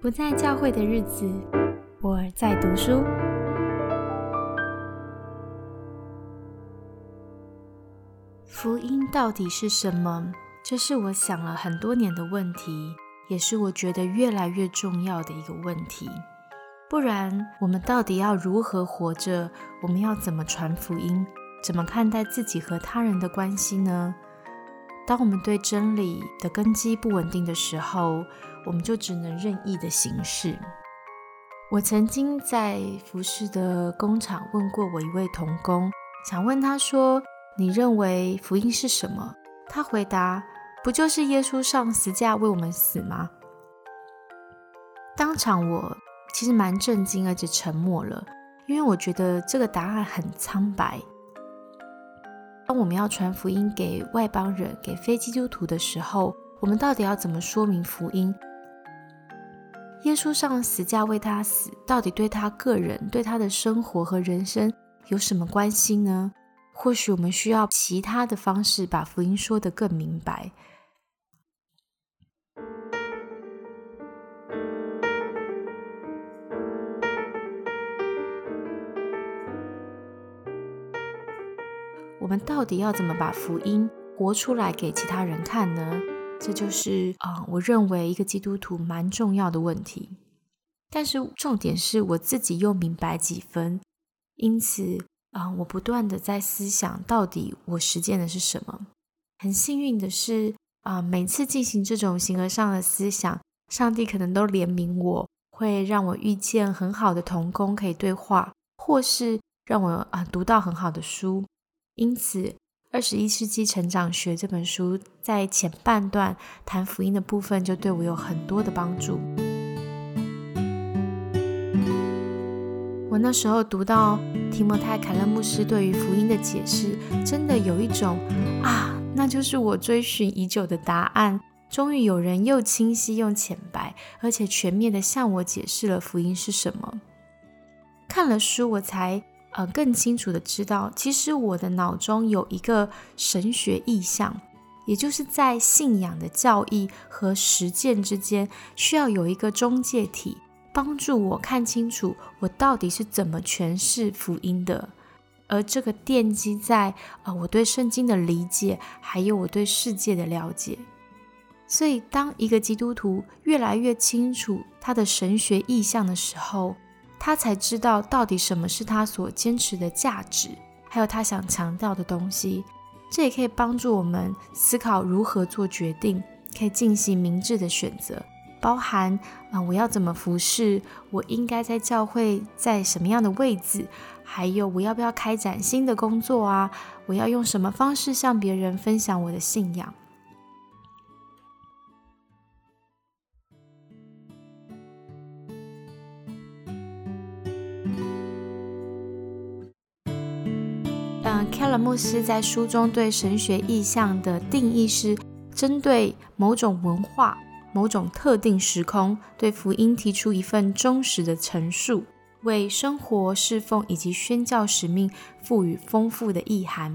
不在教会的日子，我在读书。福音到底是什么？这是我想了很多年的问题，也是我觉得越来越重要的一个问题。不然，我们到底要如何活着？我们要怎么传福音？怎么看待自己和他人的关系呢？当我们对真理的根基不稳定的时候，我们就只能任意的行事。我曾经在服侍的工厂问过我一位同工，想问他说，你认为福音是什么？他回答，不就是耶稣上十字架为我们死吗？当场我其实蛮震惊而且沉默了，因为我觉得这个答案很苍白。当我们要传福音给外邦人、给非基督徒的时候，我们到底要怎么说明福音？耶稣上十字架为他死，到底对他个人、对他的生活和人生有什么关系呢？或许我们需要其他的方式把福音说得更明白。我们到底要怎么把福音活出来给其他人看呢？这就是我认为一个基督徒蛮重要的问题。但是重点是我自己又明白几分，因此我不断的在思想到底我实践的是什么。很幸运的是每次进行这种形而上的思想，上帝可能都怜悯我，会让我遇见很好的同工可以对话，或是让我读到很好的书。因此21世纪成长学这本书在前半段谈福音的部分就对我有很多的帮助。我那时候读到提摩太·凯勒牧师对于福音的解释，真的有一种那就是我追寻已久的答案，终于有人又清晰又浅白而且全面地向我解释了福音是什么。看了书我才更清楚地知道，其实我的脑中有一个神学意象，也就是在信仰的教义和实践之间需要有一个中介体，帮助我看清楚我到底是怎么诠释福音的。而这个奠基在我对圣经的理解，还有我对世界的了解。所以当一个基督徒越来越清楚他的神学意象的时候，他才知道到底什么是他所坚持的价值，还有他想强调的东西。这也可以帮助我们思考如何做决定，可以进行明智的选择，包含我要怎么服侍，我应该在教会在什么样的位置，还有我要不要开展新的工作我要用什么方式向别人分享我的信仰。凯勒牧师在书中对神学意象的定义是针对某种文化、某种特定时空，对福音提出一份忠实的陈述，为生活、侍奉以及宣教使命赋予丰富的意涵。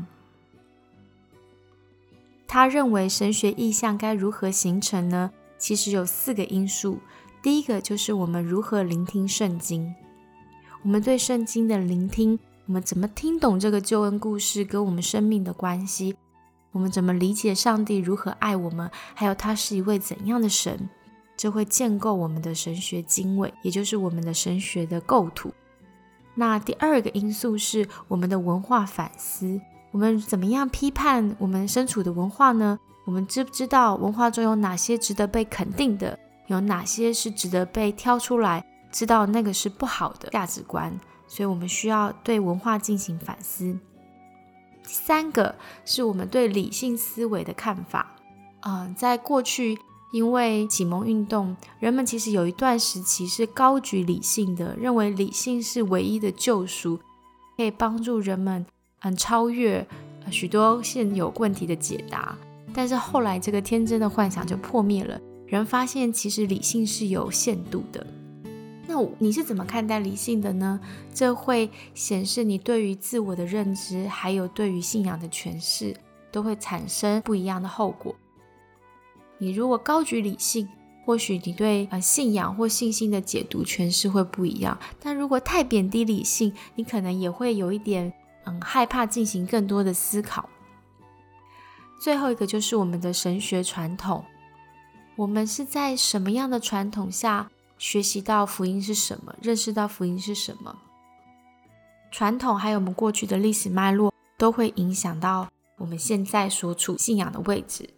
他认为神学意象该如何形成呢？其实有4个因素。第一个就是我们如何聆听圣经，我们对圣经的聆听，我们怎么听懂这个救恩故事跟我们生命的关系，我们怎么理解上帝如何爱我们，还有他是一位怎样的神，这会建构我们的神学经纬，也就是我们的神学的构图。那第2个因素是我们的文化反思，我们怎么样批判我们身处的文化呢？我们知不知道文化中有哪些值得被肯定的，有哪些是值得被挑出来，知道那个是不好的价值观，所以我们需要对文化进行反思。第3个是我们对理性思维的看法。在过去因为启蒙运动，人们其实有一段时期是高举理性的，认为理性是唯一的救赎，可以帮助人们超越许多现有问题的解答。但是后来这个天真的幻想就破灭了，人发现其实理性是有限度的。那你是怎么看待理性的呢？这会显示你对于自我的认知，还有对于信仰的诠释，都会产生不一样的后果。你如果高举理性， 或许你对信仰或信心的解读诠释会不一样，但如果太贬低理性，你可能也会有一点害怕进行更多的思考。最后一个就是我们的神学传统，我们是在什么样的传统下学习到福音是什么，认识到福音是什么？传统还有我们过去的历史脉络都会影响到我们现在所处信仰的位置。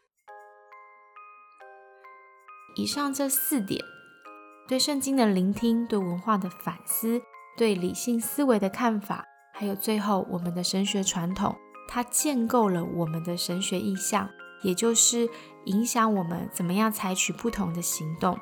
以上这4点，对圣经的聆听，对文化的反思，对理性思维的看法，还有最后我们的神学传统，它建构了我们的神学意向，也就是影响我们怎么样采取不同的行动。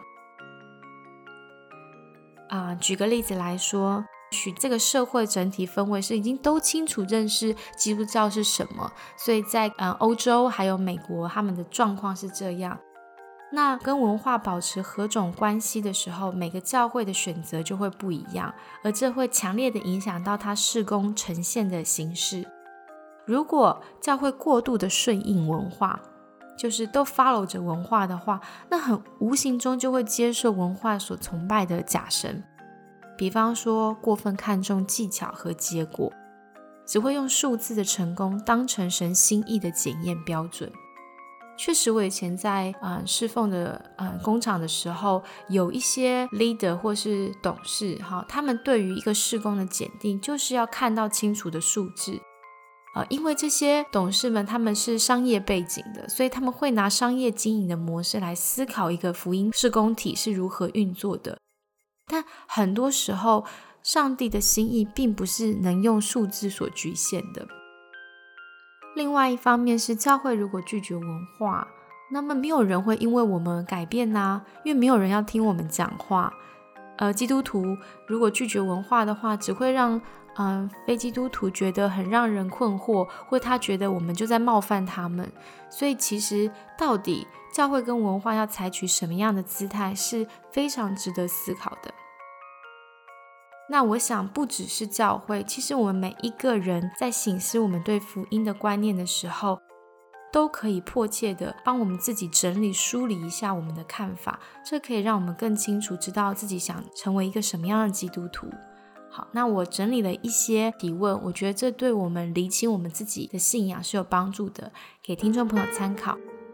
举个例子来说，许这个社会整体氛围是已经都清楚认识基督教是什么，所以在欧洲还有美国，他们的状况是这样。那跟文化保持何种关系的时候，每个教会的选择就会不一样，而这会强烈的影响到它事工呈现的形式。如果教会过度的顺应文化，就是都 follow 着文化的话，那很无形中就会接受文化所崇拜的假神。比方说过分看重技巧和结果，只会用数字的成功当成神心意的检验标准。确实我以前在侍奉的工厂的时候，有一些 leader 或是董事他们对于一个事工的检定就是要看到清楚的数字。因为这些董事们他们是商业背景的，所以他们会拿商业经营的模式来思考一个福音事工体是如何运作的。但很多时候上帝的心意并不是能用数字所局限的。另外一方面是教会如果拒绝文化，那么没有人会因为我们改变因为没有人要听我们讲话。基督徒如果拒绝文化的话，只会让非基督徒觉得很让人困惑，或他觉得我们就在冒犯他们。所以其实到底教会跟文化要采取什么样的姿态是非常值得思考的。那我想不只是教会，其实我们每一个人在省思我们对福音的观念的时候，都可以迫切的帮我们自己整理梳理一下我们的看法，这可以让我们更清楚知道自己想成为一个什么样的基督徒。好，那我整理了一些提问，我觉得这对我们厘清我们自己的信仰是有帮助的，给听众朋友参考。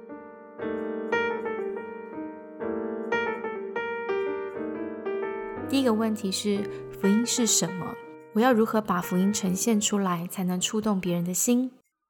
第一个问题是，福音是什么？我要如何把福音呈现出来，才能触动别人的心？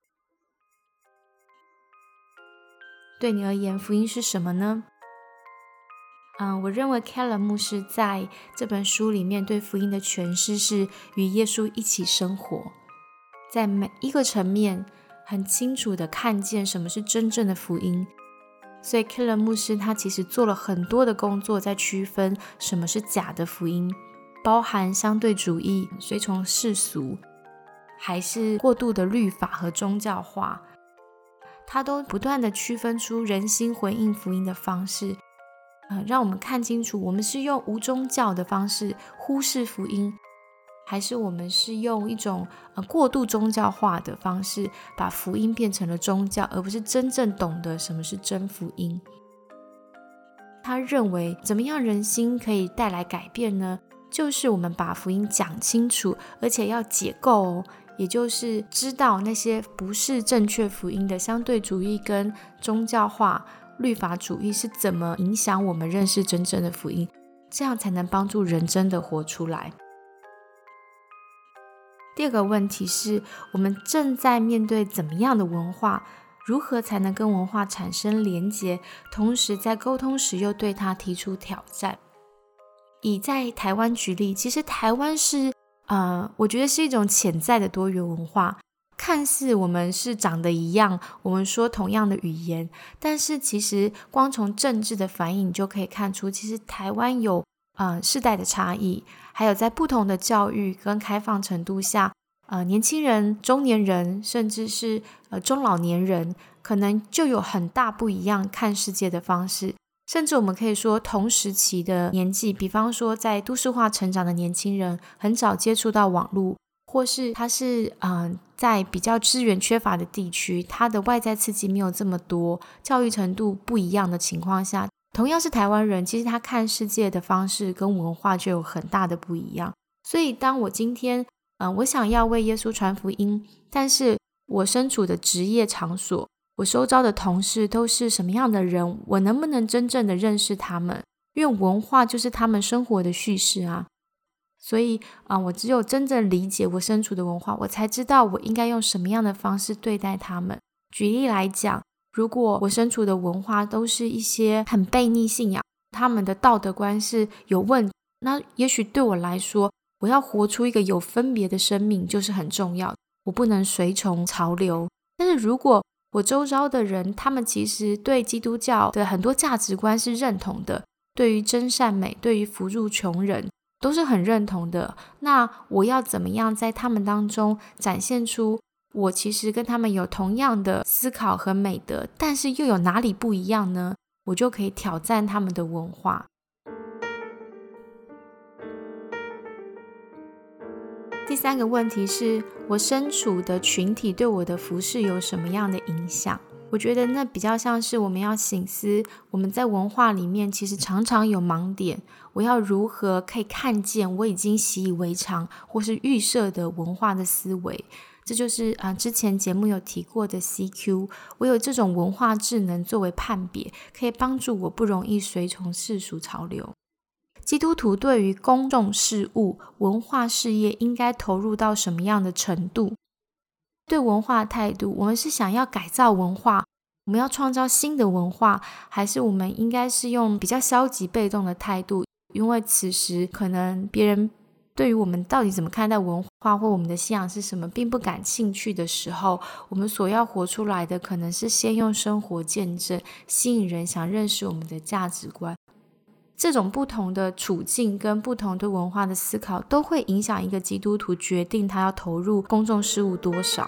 对你而言，福音是什么呢？我认为 Keller 牧师在这本书里面对福音的诠释是与耶稣一起生活，在每一个层面很清楚的看见什么是真正的福音。所以 Keller 牧师他其实做了很多的工作在区分什么是假的福音，包含相对主义、随从世俗，还是过度的律法和宗教化，他都不断的区分出人心回应福音的方式，让我们看清楚我们是用无宗教的方式忽视福音，还是我们是用一种过度宗教化的方式把福音变成了宗教，而不是真正懂得什么是真福音。他认为怎么样人心可以带来改变呢？就是我们把福音讲清楚，而且要解构也就是知道那些不是正确福音的相对主义跟宗教化、律法主义是怎么影响我们认识真正的福音，这样才能帮助人真的活出来。第二个问题是，我们正在面对怎么样的文化，如何才能跟文化产生连结，同时在沟通时又对它提出挑战。以在台湾举例，其实台湾是我觉得是一种潜在的多元文化，看似我们是长得一样，我们说同样的语言，但是其实光从政治的反应你就可以看出，其实台湾有世代的差异，还有在不同的教育跟开放程度下，年轻人、中年人甚至是中老年人可能就有很大不一样看世界的方式。甚至我们可以说同时期的年纪，比方说在都市化成长的年轻人很早接触到网络，或是他是在比较资源缺乏的地区，他的外在刺激没有这么多，教育程度不一样的情况下， 同样是台湾人，其实他看世界的方式跟文化就有很大的不一样。所以当我今天我想要为耶稣传福音，但是我身处的职业场所，我周遭的同事都是什么样的人，我能不能真正的认识他们？因为文化就是他们生活的叙事啊。所以我只有真正理解我身处的文化，我才知道我应该用什么样的方式对待他们。举例来讲，如果我身处的文化都是一些很悖逆信仰，他们的道德观是有问题，那也许对我来说，我要活出一个有分别的生命就是很重要，我不能随从潮流。但是如果我周遭的人，他们其实对基督教的很多价值观是认同的，对于真善美，对于扶助穷人都是很认同的，那我要怎么样在他们当中展现出我其实跟他们有同样的思考和美德，但是又有哪里不一样呢？我就可以挑战他们的文化。第三个问题是，我身处的群体对我的服事有什么样的影响？我觉得那比较像是我们要省思，我们在文化里面其实常常有盲点，我要如何可以看见我已经习以为常或是预设的文化的思维。这就是之前节目有提过的 CQ， 我有这种文化智能作为判别，可以帮助我不容易随从世俗潮流。基督徒对于公众事务、文化事业应该投入到什么样的程度？对文化的态度，我们是想要改造文化，我们要创造新的文化，还是我们应该是用比较消极被动的态度？因为此时可能别人对于我们到底怎么看待文化或我们的信仰是什么并不感兴趣的时候，我们所要活出来的可能是先用生活见证，吸引人想认识我们的价值观。这种不同的处境跟不同对文化的思考，都会影响一个基督徒决定他要投入公众事务多少。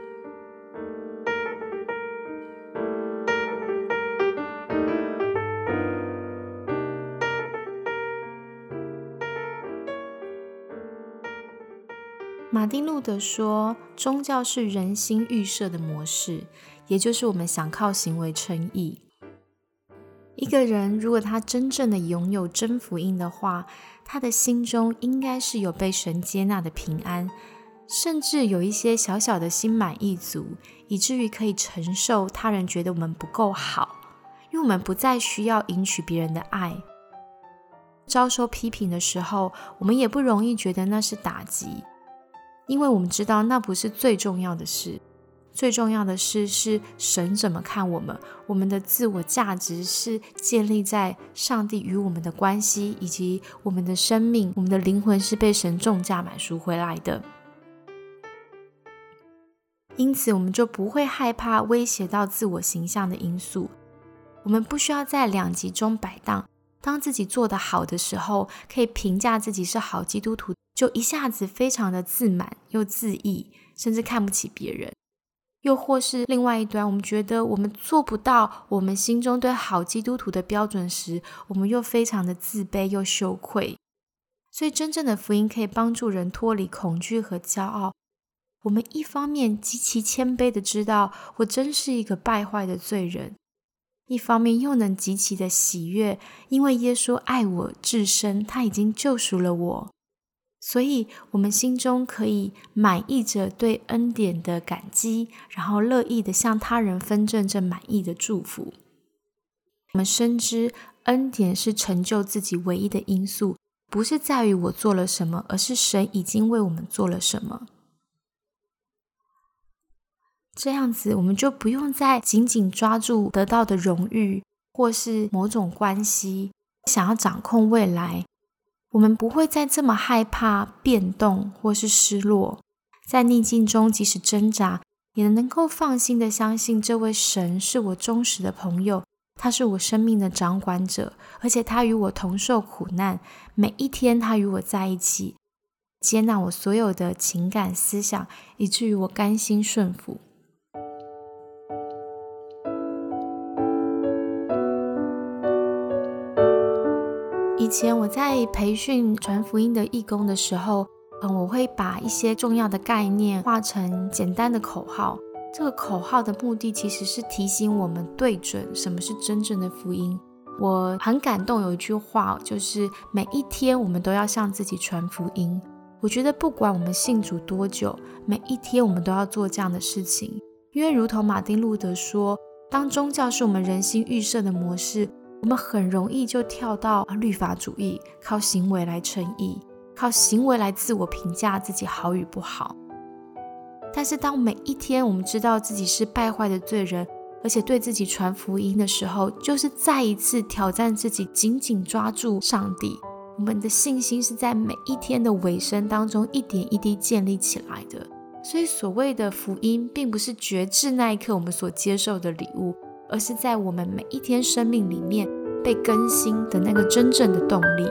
马丁路德说，宗教是人心预设的模式，也就是我们想靠行为称义。一个人如果他真正的拥有真福音的话，他的心中应该是有被神接纳的平安，甚至有一些小小的心满意足，以至于可以承受他人觉得我们不够好，因为我们不再需要赢取别人的爱。遭受批评的时候，我们也不容易觉得那是打击，因为我们知道那不是最重要的事。最重要的事是神怎么看我们，我们的自我价值是建立在上帝与我们的关系，以及我们的生命，我们的灵魂是被神重价买赎回来的。因此我们就不会害怕威胁到自我形象的因素，我们不需要在两极中摆荡。当自己做得好的时候，可以评价自己是好基督徒，就一下子非常的自满又自义，甚至看不起别人。又或是另外一端，我们觉得我们做不到我们心中对好基督徒的标准时，我们又非常的自卑又羞愧。所以真正的福音可以帮助人脱离恐惧和骄傲。我们一方面极其谦卑的知道我真是一个败坏的罪人，一方面又能极其的喜悦，因为耶稣爱我至深，他已经救赎了我。所以我们心中可以满溢着对恩典的感激，然后乐意的向他人分赠这满意的祝福。我们深知恩典是成就自己唯一的因素，不是在于我做了什么，而是神已经为我们做了什么。这样子我们就不用再紧紧抓住得到的荣誉，或是某种关系，想要掌控未来。我们不会再这么害怕变动或是失落，在逆境中即使挣扎，也能够放心的相信这位神是我忠实的朋友，他是我生命的掌管者，而且他与我同受苦难，每一天他与我在一起，接纳我所有的情感思想，以至于我甘心顺服。以前我在培训传福音的义工的时候，我会把一些重要的概念化成简单的口号。这个口号的目的其实是提醒我们对准什么是真正的福音。 我很感动，有一句话就是每一天我们都要向自己传福音。我觉得不管我们信主多久，每一天我们都要做这样的事情。因为如同马丁路德说，当宗教是我们人心预设的模式，我们很容易就跳到律法主义，靠行为来称义，靠行为来自我评价自己好与不好。但是当每一天我们知道自己是败坏的罪人，而且对自己传福音的时候，就是再一次挑战自己，紧紧抓住上帝。我们的信心是在每一天的尾声当中一点一滴建立起来的。所以所谓的福音并不是觉知那一刻我们所接受的礼物，而是在我们每一天生命里面被更新的那个真正的动力。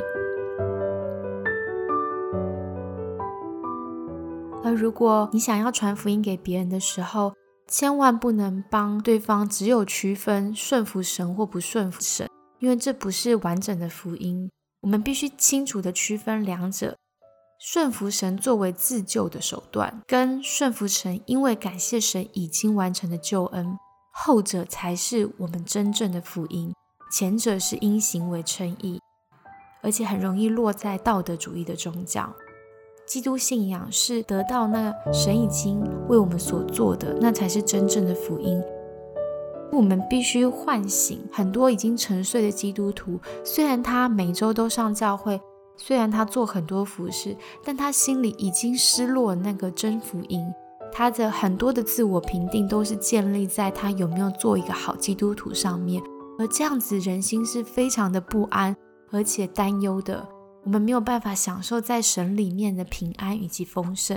而如果你想要传福音给别人的时候，千万不能帮对方只有区分顺服神或不顺服神，因为这不是完整的福音。我们必须清楚地区分两者，顺服神作为自救的手段，跟顺服神因为感谢神已经完成的救恩，后者才是我们真正的福音，前者是因行为称义，而且很容易落在道德主义的宗教。基督信仰是得到那神已经为我们所做的，那才是真正的福音。我们必须唤醒很多已经沉睡的基督徒，虽然他每周都上教会，虽然他做很多服事，但他心里已经失落那个真福音。他的很多的自我评定都是建立在他有没有做一个好基督徒上面，而这样子人心是非常的不安而且担忧的。我们没有办法享受在神里面的平安以及丰盛。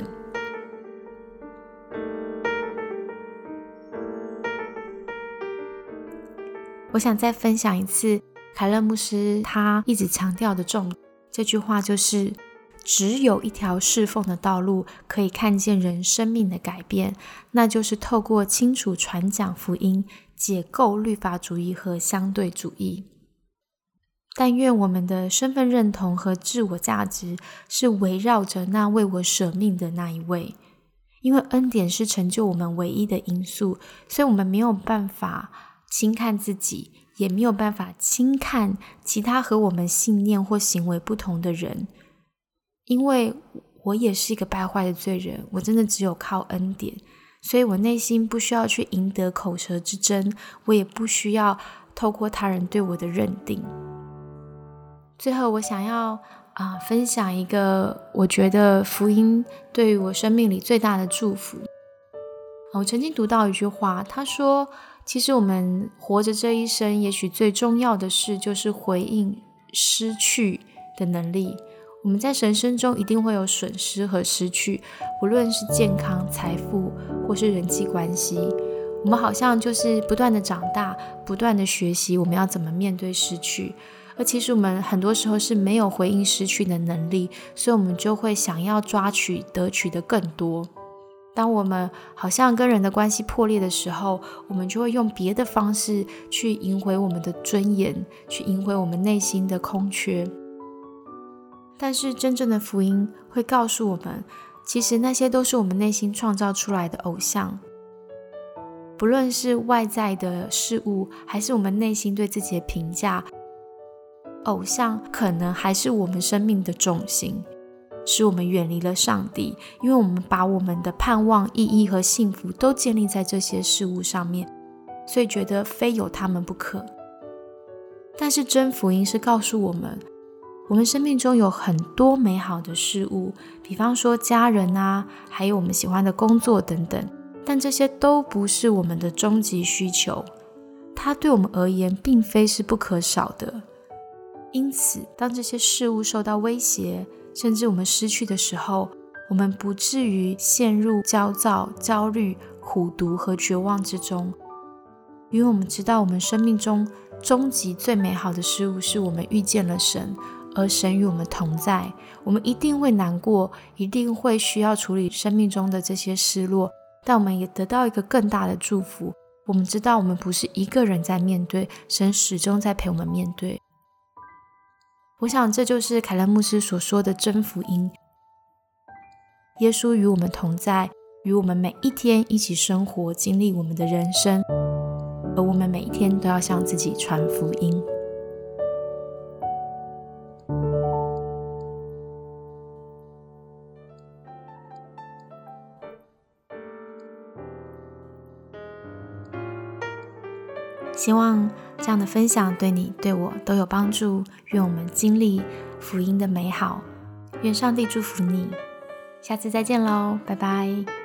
我想再分享一次凯勒牧师他一直强调的重点，这句话就是只有一条侍奉的道路可以看见人生命的改变，那就是透过清楚传讲福音，解构律法主义和相对主义。但愿我们的身份认同和自我价值是围绕着那为我舍命的那一位，因为恩典是成就我们唯一的因素，所以我们没有办法轻看自己，也没有办法轻看其他和我们信念或行为不同的人。因为我也是一个败坏的罪人，我真的只有靠恩典，所以我内心不需要去赢得口舌之争，我也不需要透过他人对我的认定。最后我想要分享一个我觉得福音对于我生命里最大的祝福。我曾经读到一句话，他说其实我们活着这一生，也许最重要的事就是回应失去的能力。我们在人生中一定会有损失和失去，不论是健康、财富或是人际关系。我们好像就是不断的长大，不断的学习我们要怎么面对失去。而其实我们很多时候是没有回应失去的能力，所以我们就会想要抓取得取的更多。当我们好像跟人的关系破裂的时候，我们就会用别的方式去赢回我们的尊严，去赢回我们内心的空缺。但是真正的福音会告诉我们，其实那些都是我们内心创造出来的偶像。不论是外在的事物，还是我们内心对自己的评价，偶像可能还是我们生命的重心，使我们远离了上帝，因为我们把我们的盼望、意义和幸福都建立在这些事物上面，所以觉得非有他们不可。但是真福音是告诉我们，我们生命中有很多美好的事物，比方说家人还有我们喜欢的工作等等，但这些都不是我们的终极需求，它对我们而言并非是不可少的。因此当这些事物受到威胁，甚至我们失去的时候，我们不至于陷入焦躁、焦虑、苦毒和绝望之中，因为我们知道我们生命中终极最美好的事物是我们遇见了神，而神与我们同在。我们一定会难过，一定会需要处理生命中的这些失落，但我们也得到一个更大的祝福。我们知道我们不是一个人在面对，神始终在陪我们面对。我想这就是凯勒牧师所说的真福音。耶稣与我们同在，与我们每一天一起生活，经历我们的人生，而我们每一天都要向自己传福音。 希望这样的分享对你对我都有帮助，愿我们经历福音的美好，愿上帝祝福你，下次再见喽，拜拜。